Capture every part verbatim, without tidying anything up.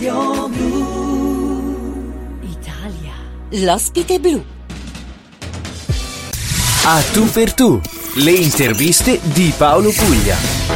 Radio Blu Italia. L'ospite blu. A tu per tu, le interviste di Paolo Puglia.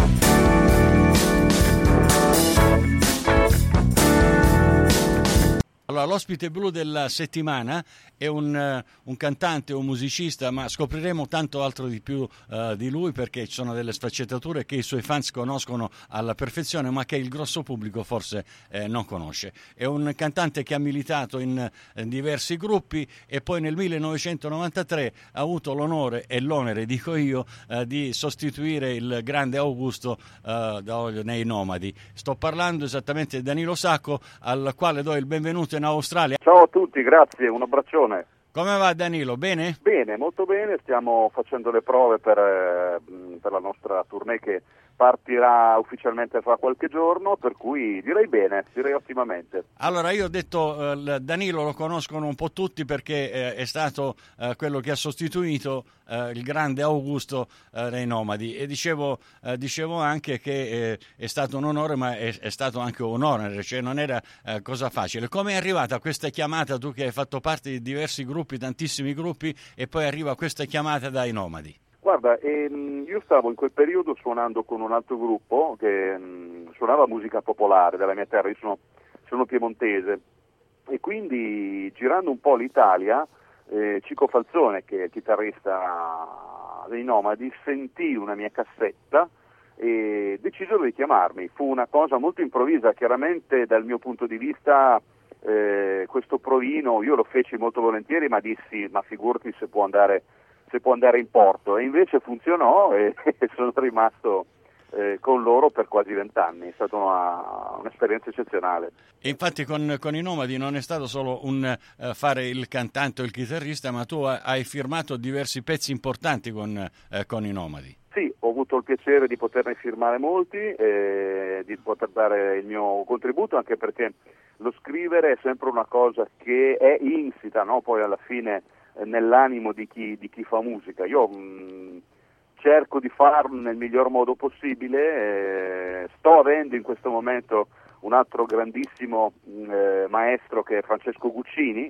Allora, l'ospite blu della settimana è un, uh, un cantante, un musicista, ma scopriremo tanto altro di più uh, di lui, perché ci sono delle sfaccettature che i suoi fans conoscono alla perfezione, ma che il grosso pubblico forse eh, non conosce. È un cantante che ha militato in, in diversi gruppi e poi nel millenovecentonovantatré ha avuto l'onore e l'onere, dico io, uh, di sostituire il grande Augusto uh, da, nei Nomadi. Sto parlando esattamente di Danilo Sacco, al quale do il benvenuto in Australia. Ciao a tutti, grazie, un abbraccione. Come va Danilo? Bene? Bene, molto bene, stiamo facendo le prove per, eh, per la nostra tournée che partirà ufficialmente fra qualche giorno, per cui direi bene, direi ottimamente. Allora, io ho detto, eh, Danilo lo conoscono un po' tutti perché eh, è stato eh, quello che ha sostituito eh, il grande Augusto eh, nei Nomadi, e dicevo, eh, dicevo anche che eh, è stato un onore, ma è, è stato anche un onore, cioè non era eh, cosa facile. Come è arrivata questa chiamata, tu che hai fatto parte di diversi gruppi, tantissimi gruppi, e poi arriva questa chiamata dai Nomadi? Guarda, ehm, io stavo in quel periodo suonando con un altro gruppo che mh, suonava musica popolare della mia terra, io sono, sono piemontese, e quindi girando un po' l'Italia, eh, Cico Falzone, che è chitarrista dei Nomadi, sentì una mia cassetta e decisero di chiamarmi. Fu una cosa molto improvvisa, chiaramente dal mio punto di vista eh, questo provino io lo feci molto volentieri, ma dissi, ma figurati se può andare se può andare in porto, e invece funzionò e sono rimasto eh, con loro per quasi vent'anni. È stata una, un'esperienza eccezionale. E infatti con, con i Nomadi non è stato solo un uh, fare il cantante o il chitarrista, ma tu hai firmato diversi pezzi importanti con, uh, con i Nomadi. Sì, ho avuto il piacere di poterne firmare molti e di poter dare il mio contributo, anche perché lo scrivere è sempre una cosa che è insita, no? Poi alla fine nell'animo di chi, di chi fa musica. Io mh, cerco di farlo nel miglior modo possibile, eh, sto avendo in questo momento un altro grandissimo mh, eh, maestro che è Francesco Guccini,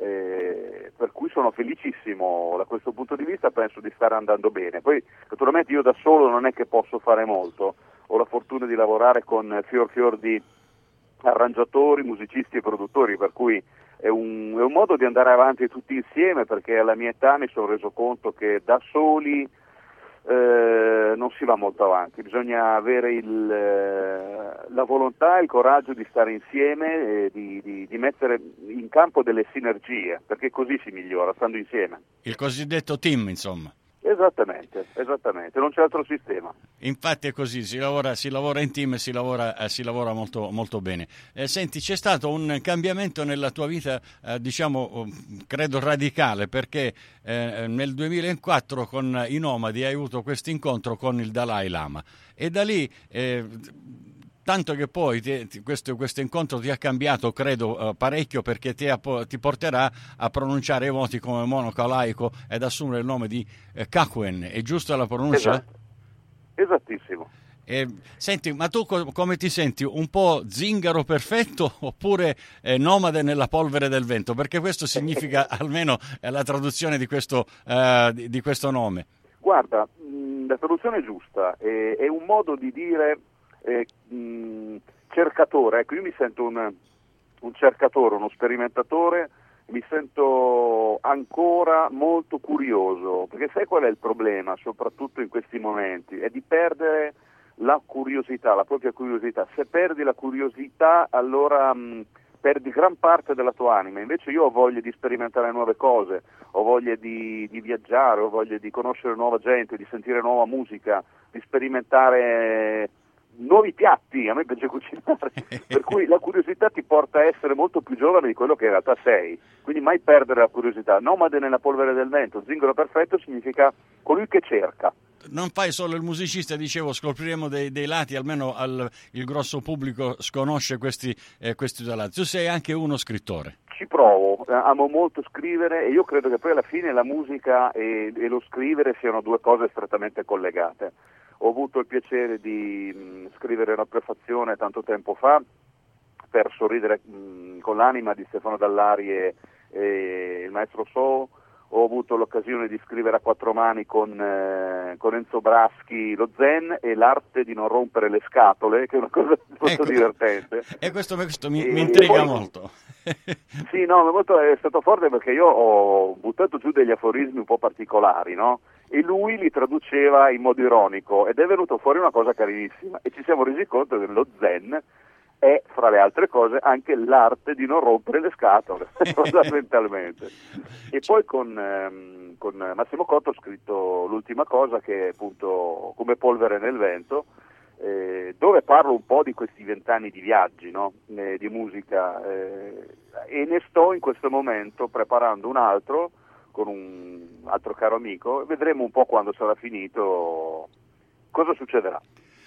eh, per cui sono felicissimo da questo punto di vista, penso di stare andando bene. Poi naturalmente io da solo non è che posso fare molto, ho la fortuna di lavorare con fior fior di arrangiatori, musicisti e produttori, per cui È un, è un modo di andare avanti tutti insieme, perché alla mia età mi sono reso conto che da soli eh, non si va molto avanti, bisogna avere il, eh, la volontà e il coraggio di stare insieme e di, di, di mettere in campo delle sinergie, perché così si migliora, stando insieme. Il cosiddetto team, insomma. Esattamente, esattamente, non c'è altro sistema. Infatti è così, si lavora, si lavora in team e si lavora, eh, si lavora molto, molto bene. Eh, senti, c'è stato un cambiamento nella tua vita, eh, diciamo, credo radicale, perché eh, nel duemilaquattro con i Nomadi hai avuto questo incontro con il Dalai Lama, e da lì... Eh, tanto che poi ti, ti, questo, questo incontro ti ha cambiato, credo, uh, parecchio, perché ti, ha, ti porterà a pronunciare i voti come monaco laico ed assumere il nome di eh, Kakuen. È giusta la pronuncia? Esatto. Esattissimo. Eh, senti, ma tu co- come ti senti? Un po' zingaro perfetto oppure eh, nomade nella polvere del vento? Perché questo significa almeno eh, la traduzione di questo, uh, di, di questo nome. Guarda, mh, la traduzione è giusta, è, è un modo di dire... Eh, mh, cercatore, ecco, io mi sento un, un cercatore, uno sperimentatore, mi sento ancora molto curioso, perché sai qual è il problema, soprattutto in questi momenti, è di perdere la curiosità, la propria curiosità. Se perdi la curiosità, allora mh, perdi gran parte della tua anima. Invece io ho voglia di sperimentare nuove cose, ho voglia di, di viaggiare, ho voglia di conoscere nuova gente, di sentire nuova musica, di sperimentare nuovi piatti. A me piace cucinare, per cui la curiosità ti porta a essere molto più giovane di quello che in realtà sei, quindi mai perdere la curiosità. Nomade nella polvere del vento, zingaro perfetto significa colui che cerca. Non fai solo il musicista, dicevo, scopriremo dei, dei lati, almeno al, il grosso pubblico sconosce questi, eh, questi due lati. Tu sei anche uno scrittore. Ci provo, amo molto scrivere, e io credo che poi alla fine la musica e, e lo scrivere siano due cose strettamente collegate. Ho avuto il piacere di mh, scrivere una prefazione tanto tempo fa per sorridere mh, con l'anima di Stefano Dallari e, e il maestro So. Ho avuto l'occasione di scrivere a quattro mani con, eh, con Enzo Braschi lo Zen e l'arte di non rompere le scatole, che è una cosa molto ecco, divertente. E questo, questo mi, e, mi intriga poi, molto. Sì, no, molto, è stato forte perché io ho buttato giù degli aforismi un po' particolari, no? E lui li traduceva in modo ironico ed è venuto fuori una cosa carinissima e ci siamo resi conto che lo Zen è, fra le altre cose, anche l'arte di non rompere le scatole, fondamentalmente. E poi con, ehm, con Massimo Cotto ho scritto l'ultima cosa, che è appunto Come polvere nel vento, eh, dove parlo un po' di questi vent'anni di viaggi, no? eh, di musica, eh, e ne sto in questo momento preparando un altro con un altro caro amico, e vedremo un po' quando sarà finito cosa succederà.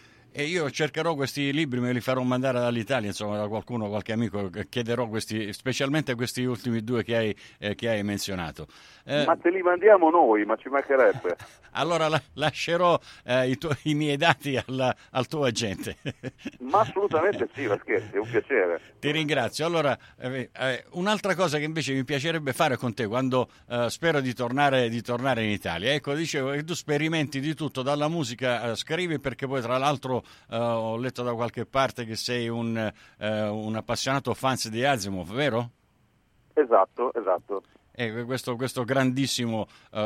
E io cercherò questi libri, me li farò mandare dall'Italia, insomma, da qualcuno, qualche amico, chiederò questi, specialmente questi ultimi due che hai, eh, che hai menzionato. Eh, ma te li mandiamo noi, ma ci mancherebbe. Allora la, lascerò eh, i, tu, i miei dati alla, al tuo agente. Ma assolutamente sì, ma scherzi, è un piacere. Ti ringrazio. Allora, eh, eh, un'altra cosa che invece mi piacerebbe fare con te quando eh, spero di tornare, di tornare in Italia, ecco, dicevo che tu sperimenti di tutto, dalla musica, eh, scrivi, perché poi tra l'altro eh, ho letto da qualche parte che sei un, eh, un appassionato fans di Asimov, vero? Esatto, esatto. E questo, questo grandissimo, uh,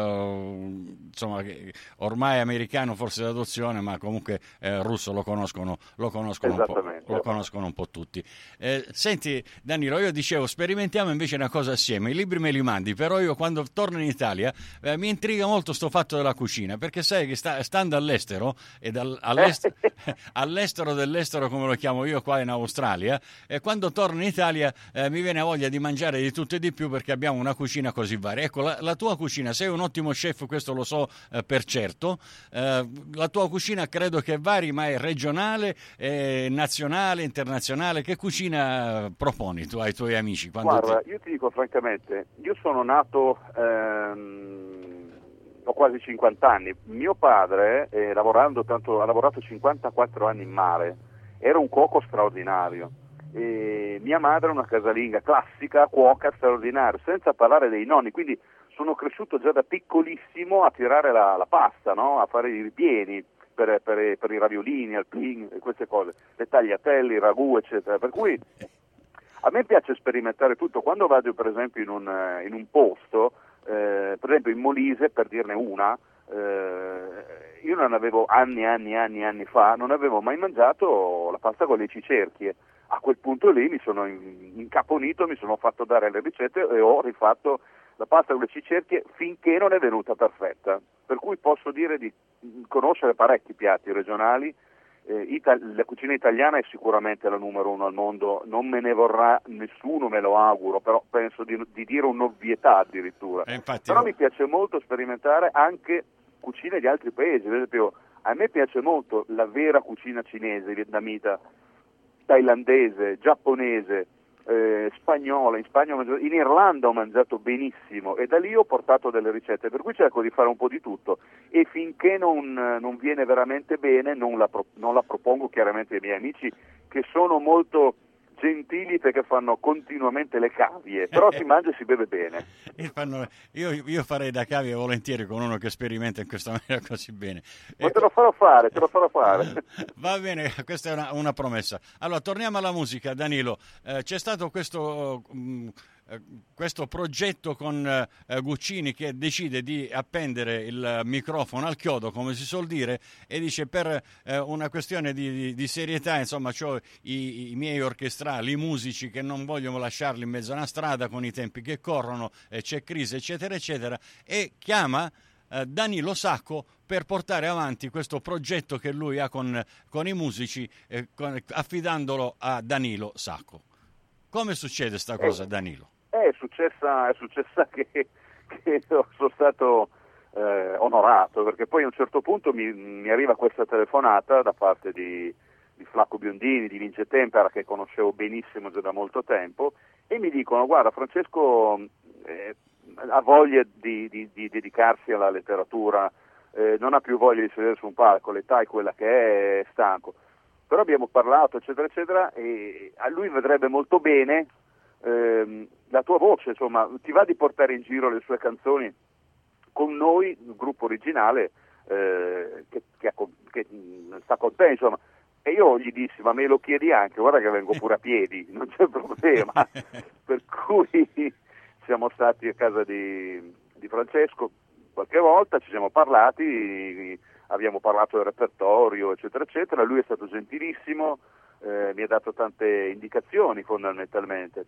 insomma, ormai americano forse d'adozione, ma comunque eh, russo lo conoscono, lo conoscono, un po', lo conoscono un po' tutti. Eh, senti Danilo, io dicevo, sperimentiamo invece una cosa assieme, i libri me li mandi, però io quando torno in Italia eh, mi intriga molto sto fatto della cucina, perché sai che sta, stando all'estero, e dal, all'estero, all'estero dell'estero come lo chiamo io qua in Australia, e quando torno in Italia eh, mi viene voglia di mangiare di tutto e di più, perché abbiamo una cucina così varia. Ecco, la, la tua cucina, sei un ottimo chef, questo lo so eh, per certo, eh, la tua cucina credo che vari, ma è regionale, eh, nazionale, internazionale. Che cucina proponi tu ai tuoi amici? Guarda, ti... io ti dico francamente, io sono nato, ehm, ho quasi cinquanta anni, mio padre, eh, lavorando tanto, ha lavorato cinquantaquattro anni in mare, era un cuoco straordinario. E mia madre è una casalinga classica, cuoca straordinaria, senza parlare dei nonni, quindi sono cresciuto già da piccolissimo a tirare la, la pasta, no? A fare i ripieni per, per, per i raviolini, alpini e queste cose, le tagliatelle, i ragù, eccetera. Per cui a me piace sperimentare tutto. Quando vado per esempio in un, in un posto, eh, per esempio in Molise, per dirne una, eh, io non avevo anni e anni e anni e anni fa, non avevo mai mangiato la pasta con le cicerchie. A quel punto lì mi sono incaponito, mi sono fatto dare le ricette e ho rifatto la pasta con le cicerchie finché non è venuta perfetta. Per cui posso dire di conoscere parecchi piatti regionali. Eh, Ital- la cucina italiana è sicuramente la numero uno al mondo, non me ne vorrà nessuno, me lo auguro, però penso di, di dire un'ovvietà addirittura. Eh, infatti, però io... mi piace molto sperimentare anche cucine di altri paesi. Per esempio, a me piace molto la vera cucina cinese, vietnamita, thailandese, giapponese, eh, spagnola. In Spagna ho mangiato, in Irlanda ho mangiato benissimo e da lì ho portato delle ricette, per cui cerco di fare un po' di tutto e finché non, non viene veramente bene non la, pro, non la propongo chiaramente ai miei amici, che sono molto gentili perché fanno continuamente le cavie, però si mangia e si beve bene. Io, io farei da cavie volentieri con uno che sperimenta in questa maniera così bene. Ma te lo farò fare, te lo farò fare. Va bene, questa è una, una promessa. Allora, torniamo alla musica, Danilo. Eh, c'è stato questo... Um, questo progetto con eh, Guccini, che decide di appendere il microfono al chiodo, come si suol dire, e dice per eh, una questione di, di, di serietà, insomma, c'ho i, i miei orchestrali, i musici che non vogliono lasciarli in mezzo a una strada con i tempi che corrono, eh, c'è crisi, eccetera, eccetera, e chiama eh, Danilo Sacco per portare avanti questo progetto che lui ha con, con i musici, eh, con, affidandolo a Danilo Sacco. Come succede sta cosa, Danilo? È successa, è successa che, che sono stato eh, onorato, perché poi a un certo punto mi, mi arriva questa telefonata da parte di, di Flacco Biondini, di Vince Tempera, che conoscevo benissimo già da molto tempo, e mi dicono: guarda, Francesco eh, ha voglia di, di, di dedicarsi alla letteratura, eh, non ha più voglia di sedere su un palco, l'età è quella che è, è stanco. però abbiamo parlato eccetera eccetera, e a lui vedrebbe molto bene ehm, la tua voce, insomma, ti va di portare in giro le sue canzoni con noi, il gruppo originale eh, che, che, che sta con te, insomma. E io gli dissi, ma me lo chiedi anche, guarda che vengo pure a piedi, non c'è problema. Per cui siamo stati a casa di, di Francesco qualche volta, ci siamo parlati, abbiamo parlato del repertorio, eccetera, eccetera. Lui è stato gentilissimo, eh, mi ha dato tante indicazioni fondamentalmente,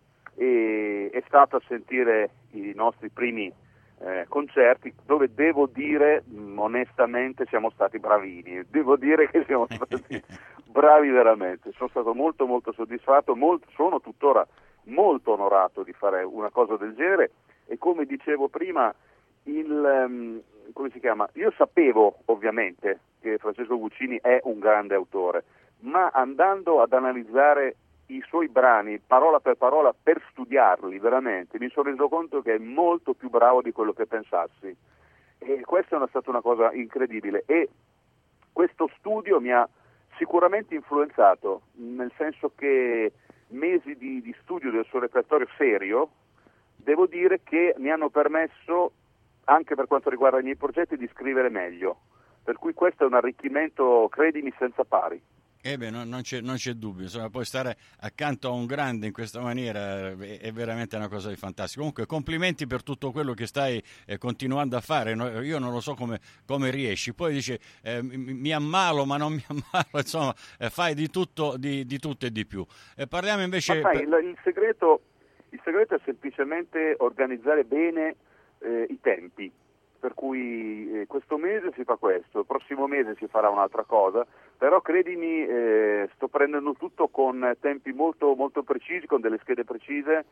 e è stato a sentire i nostri primi Eh, concerti, dove devo dire mh, onestamente siamo stati bravini, devo dire che siamo stati bravi veramente, sono stato molto molto soddisfatto, molto, sono tuttora molto onorato di fare una cosa del genere, e come dicevo prima, il um, come si chiama? Io sapevo ovviamente che Francesco Guccini è un grande autore, ma andando ad analizzare i suoi brani parola per parola per studiarli veramente mi sono reso conto che è molto più bravo di quello che pensassi, e questa è una, stata una cosa incredibile, e questo studio mi ha sicuramente influenzato, nel senso che mesi di, di studio del suo repertorio serio devo dire che mi hanno permesso, anche per quanto riguarda i miei progetti, di scrivere meglio, per cui questo è un arricchimento, credimi, senza pari. Eh beh, no, non, c'è, non c'è dubbio, insomma, poi stare accanto a un grande in questa maniera è, è veramente una cosa di fantastico. Comunque complimenti per tutto quello che stai eh, continuando a fare, no, io non lo so come, come riesci, poi dice eh, mi, mi ammalo ma non mi ammalo, insomma eh, fai di tutto, di, di tutto e di più. Eh, parliamo invece... Ma sai, per... il, il, segreto, il segreto è semplicemente organizzare bene eh, i tempi. Per cui eh, questo mese si fa questo, il prossimo mese si farà un'altra cosa, però credimi, eh, sto prendendo tutto con tempi molto, molto precisi, con delle schede precise,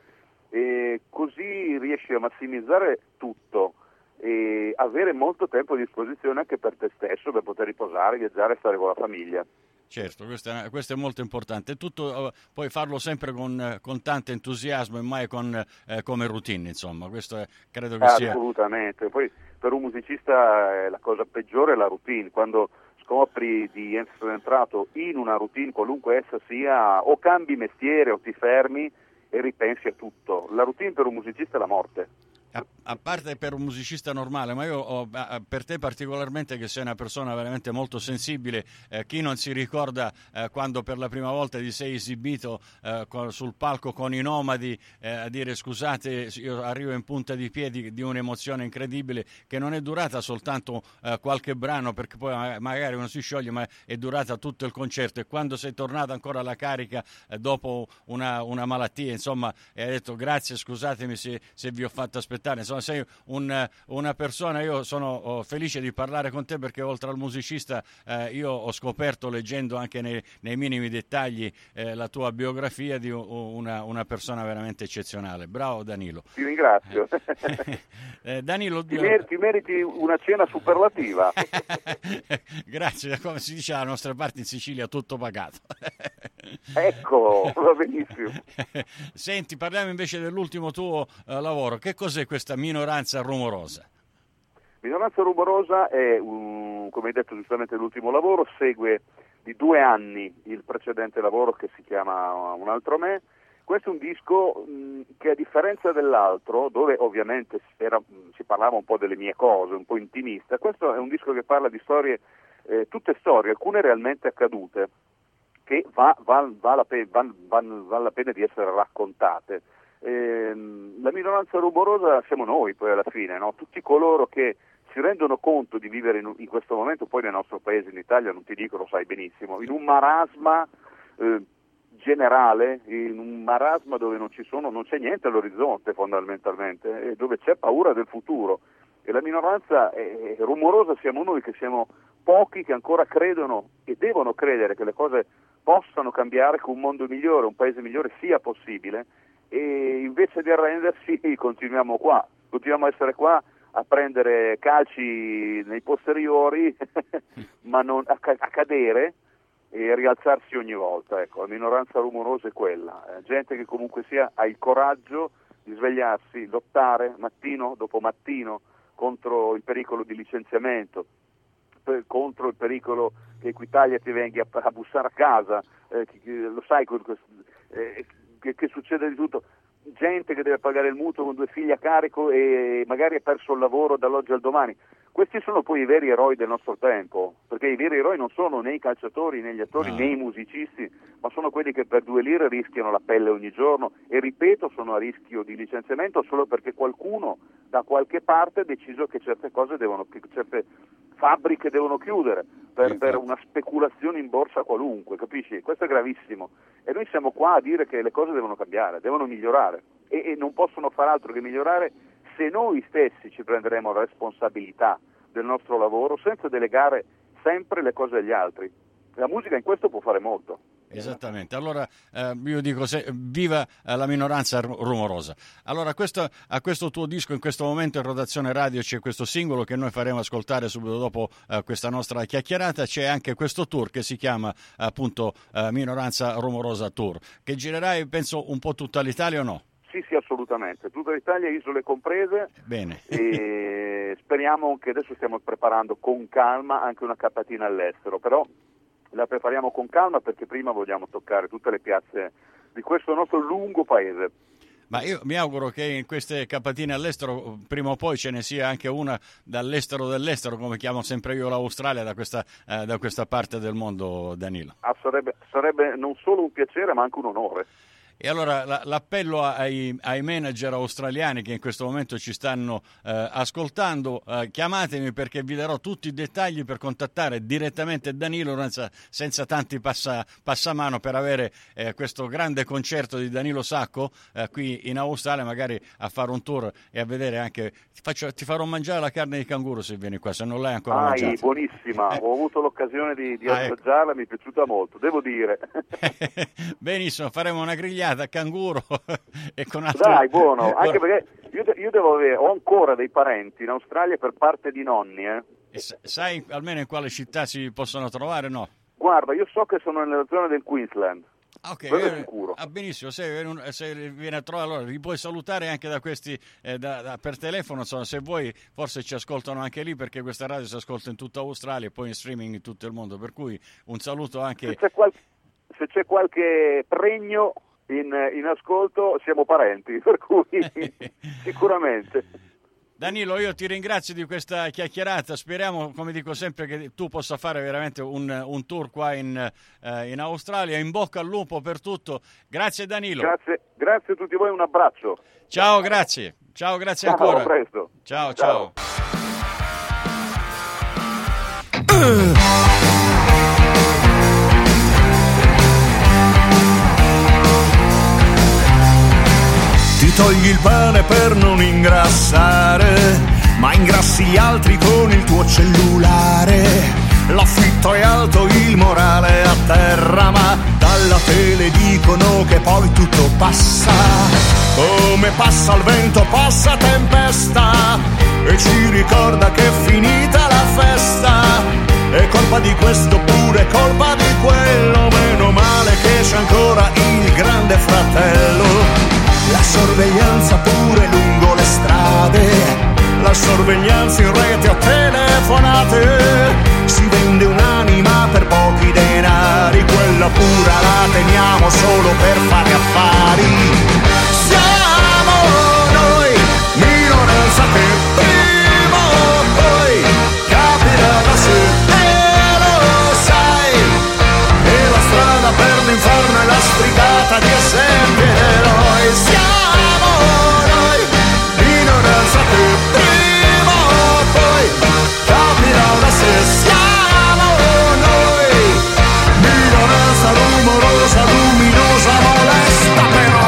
e così riesci a massimizzare tutto e avere molto tempo a disposizione anche per te stesso, per poter riposare, viaggiare e stare con la famiglia. Certo, questo è, questo è molto importante. Tutto, uh, puoi farlo sempre con, con tanto entusiasmo e mai con, eh, come routine, insomma. Questo è, credo che sia... Assolutamente. Poi per un musicista eh, la cosa peggiore è la routine. Quando scopri di essere entrato in una routine, qualunque essa sia, o cambi mestiere o ti fermi e ripensi a tutto. La routine per un musicista è la morte. A, a parte per un musicista normale, ma io ho, per te particolarmente, che sei una persona veramente molto sensibile, eh, chi non si ricorda eh, quando per la prima volta ti sei esibito eh, sul palco con i Nomadi eh, a dire scusate, io arrivo in punta di piedi, di un'emozione incredibile che non è durata soltanto eh, qualche brano, perché poi magari uno si scioglie, ma è durata tutto il concerto, e quando sei tornato ancora alla carica eh, dopo una, una malattia, insomma, e hai detto grazie, scusatemi se, se vi ho fatto aspettare. Insomma, sei un, una persona, io sono oh, felice di parlare con te, perché oltre al musicista eh, io ho scoperto, leggendo anche nei, nei minimi dettagli eh, la tua biografia, di una, una persona veramente eccezionale. Bravo Danilo. Ti ringrazio. eh, Danilo, ti, mer- ti meriti una cena superlativa. Grazie, come si dice alla nostra parte in Sicilia, tutto pagato. Ecco, va benissimo. Senti, parliamo invece dell'ultimo tuo uh, lavoro. Che cos'è questa Minoranza Rumorosa? Minoranza Rumorosa è, un, come hai detto giustamente, l'ultimo lavoro, segue di due anni il precedente lavoro che si chiama Un altro me. Questo è un disco mh, che, a differenza dell'altro, dove ovviamente era, si parlava un po' delle mie cose, un po' intimista, questo è un disco che parla di storie, eh, tutte storie, alcune realmente accadute, che va, va, va, la pe- va, va, va la pena di essere raccontate. Eh, la minoranza rumorosa siamo noi, poi alla fine, no? Tutti coloro che si rendono conto di vivere in, in questo momento, poi nel nostro paese, in Italia, non ti dico, lo sai benissimo, in un marasma eh, generale, in un marasma dove non ci sono, non c'è niente all'orizzonte fondamentalmente, e dove c'è paura del futuro. E la minoranza è, è rumorosa siamo noi, che siamo pochi, che ancora credono e devono credere che le cose possano cambiare, che un mondo migliore, un paese migliore sia possibile, e invece di arrendersi continuiamo qua, continuiamo a essere qua a prendere calci nei posteriori ma non a, a cadere e rialzarsi ogni volta. Ecco, la minoranza rumorosa è quella, eh, gente che comunque sia ha il coraggio di svegliarsi, lottare mattino dopo mattino contro il pericolo di licenziamento, per, contro il pericolo che Equitalia ti venga a, a bussare a casa, eh, che, che, lo sai eh, che, che succede di tutto, gente che deve pagare il mutuo con due figli a carico e magari ha perso il lavoro dall'oggi al domani. Questi sono poi i veri eroi del nostro tempo, perché i veri eroi non sono né i calciatori, né gli attori, no. né i musicisti, ma sono quelli che per due lire rischiano la pelle ogni giorno e, ripeto, sono a rischio di licenziamento solo perché qualcuno da qualche parte ha deciso che certe cose devono, che certe fabbriche devono chiudere per, per una speculazione in borsa qualunque, capisci? Questo è gravissimo e noi siamo qua a dire che le cose devono cambiare, devono migliorare e, e non possono far altro che migliorare se noi stessi ci prenderemo la responsabilità del nostro lavoro senza delegare sempre le cose agli altri. La musica in questo può fare molto. Esattamente, allora eh, io dico se, viva eh, la minoranza rumorosa. Allora questo, a questo tuo disco in questo momento in rotazione radio c'è questo singolo che noi faremo ascoltare subito dopo eh, questa nostra chiacchierata, c'è anche questo tour che si chiama appunto eh, Minoranza Rumorosa Tour, che girerai penso un po' tutta l'Italia o no? Sì, sì, assolutamente, tutta l'Italia, isole comprese. Bene. E speriamo che adesso stiamo preparando con calma anche una capatina all'estero, però la prepariamo con calma perché prima vogliamo toccare tutte le piazze di questo nostro lungo paese. Ma io mi auguro che in queste capatine all'estero prima o poi ce ne sia anche una dall'estero dell'estero, come chiamo sempre io l'Australia, da questa, eh, da questa parte del mondo, Danilo. Ah, sarebbe, sarebbe non solo un piacere ma anche un onore. E allora la, l'appello ai, ai manager australiani che in questo momento ci stanno eh, ascoltando, eh, chiamatemi perché vi darò tutti i dettagli per contattare direttamente Danilo senza, senza tanti passa, passamano per avere eh, questo grande concerto di Danilo Sacco eh, qui in Australia, magari a fare un tour e a vedere anche, ti, faccio, ti farò mangiare la carne di canguro se vieni qua, se non l'hai ancora ah, mangiata. Buonissima, ho avuto l'occasione di, di ah, assaggiarla, ecco. Mi è piaciuta molto, devo dire. Benissimo, faremo una grigliata a canguro e con altri... Dai, buono, anche perché io, io devo avere, ho ancora dei parenti in Australia per parte di nonni, eh. E sai almeno in quale città si possono trovare, no? Guarda, io so che sono nella zona del Queensland. Ok, quello è eh, sicuro. Ah, benissimo, se, se viene a trovare allora vi puoi salutare anche da questi eh, da, da, per telefono, insomma, se vuoi forse ci ascoltano anche lì perché questa radio si ascolta in tutta Australia e poi in streaming in tutto il mondo, per cui un saluto anche... Se c'è, qual- se c'è qualche pregno in, in ascolto siamo parenti, per cui sicuramente. Danilo, io ti ringrazio di questa chiacchierata, speriamo, come dico sempre, che tu possa fare veramente un, un tour qua in, eh, in Australia, in bocca al lupo per tutto. Grazie Danilo. Grazie, grazie a tutti voi, un abbraccio. Ciao, grazie. Ciao, grazie ciao, ancora. A presto. Ciao, ciao. ciao. Ti togli il pane per non ingrassare, ma ingrassi gli altri con il tuo cellulare. L'affitto è alto, il morale a terra, ma dalla tele dicono che poi tutto passa. Come passa il vento, passa tempesta, e ci ricorda che è finita la festa. È colpa di questo pure, colpa di quello, meno male che c'è ancora il grande fratello. La sorveglianza pure lungo le strade, la sorveglianza in rete o telefonate. Si vende un'anima per pochi denari, quella pura la teniamo solo per fare affari. Siamo noi, minoranza che prima o poi capirà da sé, e lo sai. E la strada per l'inferno è lastricata di esempi ed eroi. Siamo noi, minoranza che prima o poi capirà da sé. Siamo noi, minoranza rumorosa, luminosa, molesta però.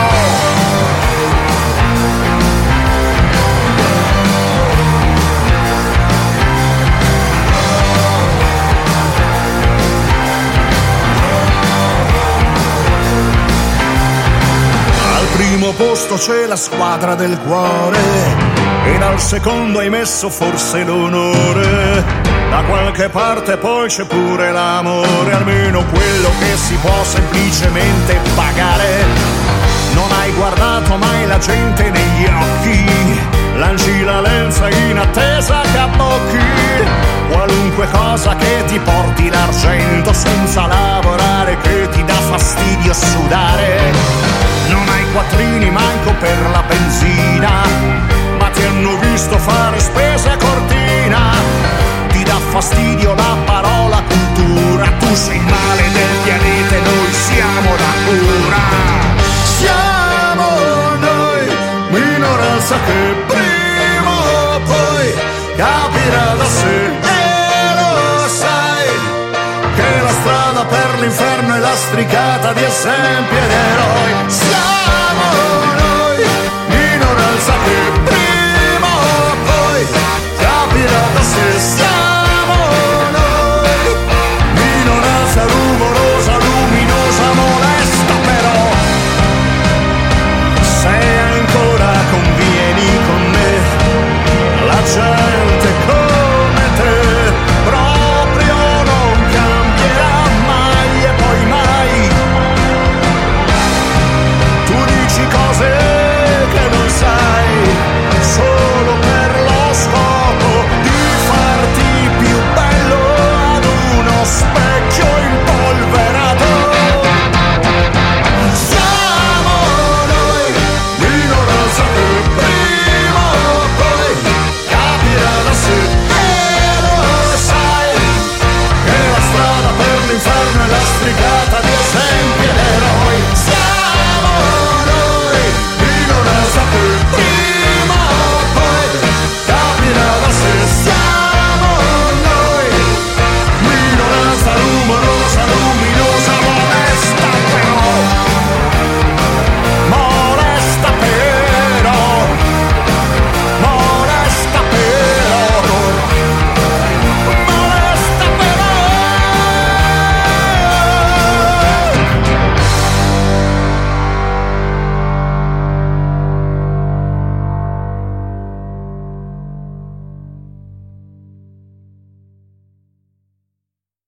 Al primo posto c'è la squadra del cuore, ed al secondo hai messo forse l'onore. Da qualche parte poi c'è pure l'amore, almeno quello che si può semplicemente pagare. Non hai guardato mai la gente negli occhi, lanci la lenza in attesa che abbocchi. Qualunque cosa cosa che ti porti l'argento senza lavorare, che ti dà fastidio sudare. Non hai quattrini manco per la benzina, ma ti hanno visto fare spesa cortina. Ti dà fastidio la parola cultura, tu sei il male del pianeta e noi siamo la cura. Siamo noi, minoranza che prima o poi capirà da sé. E lo sai che la strada per l'inferno è lastricata di esempi ed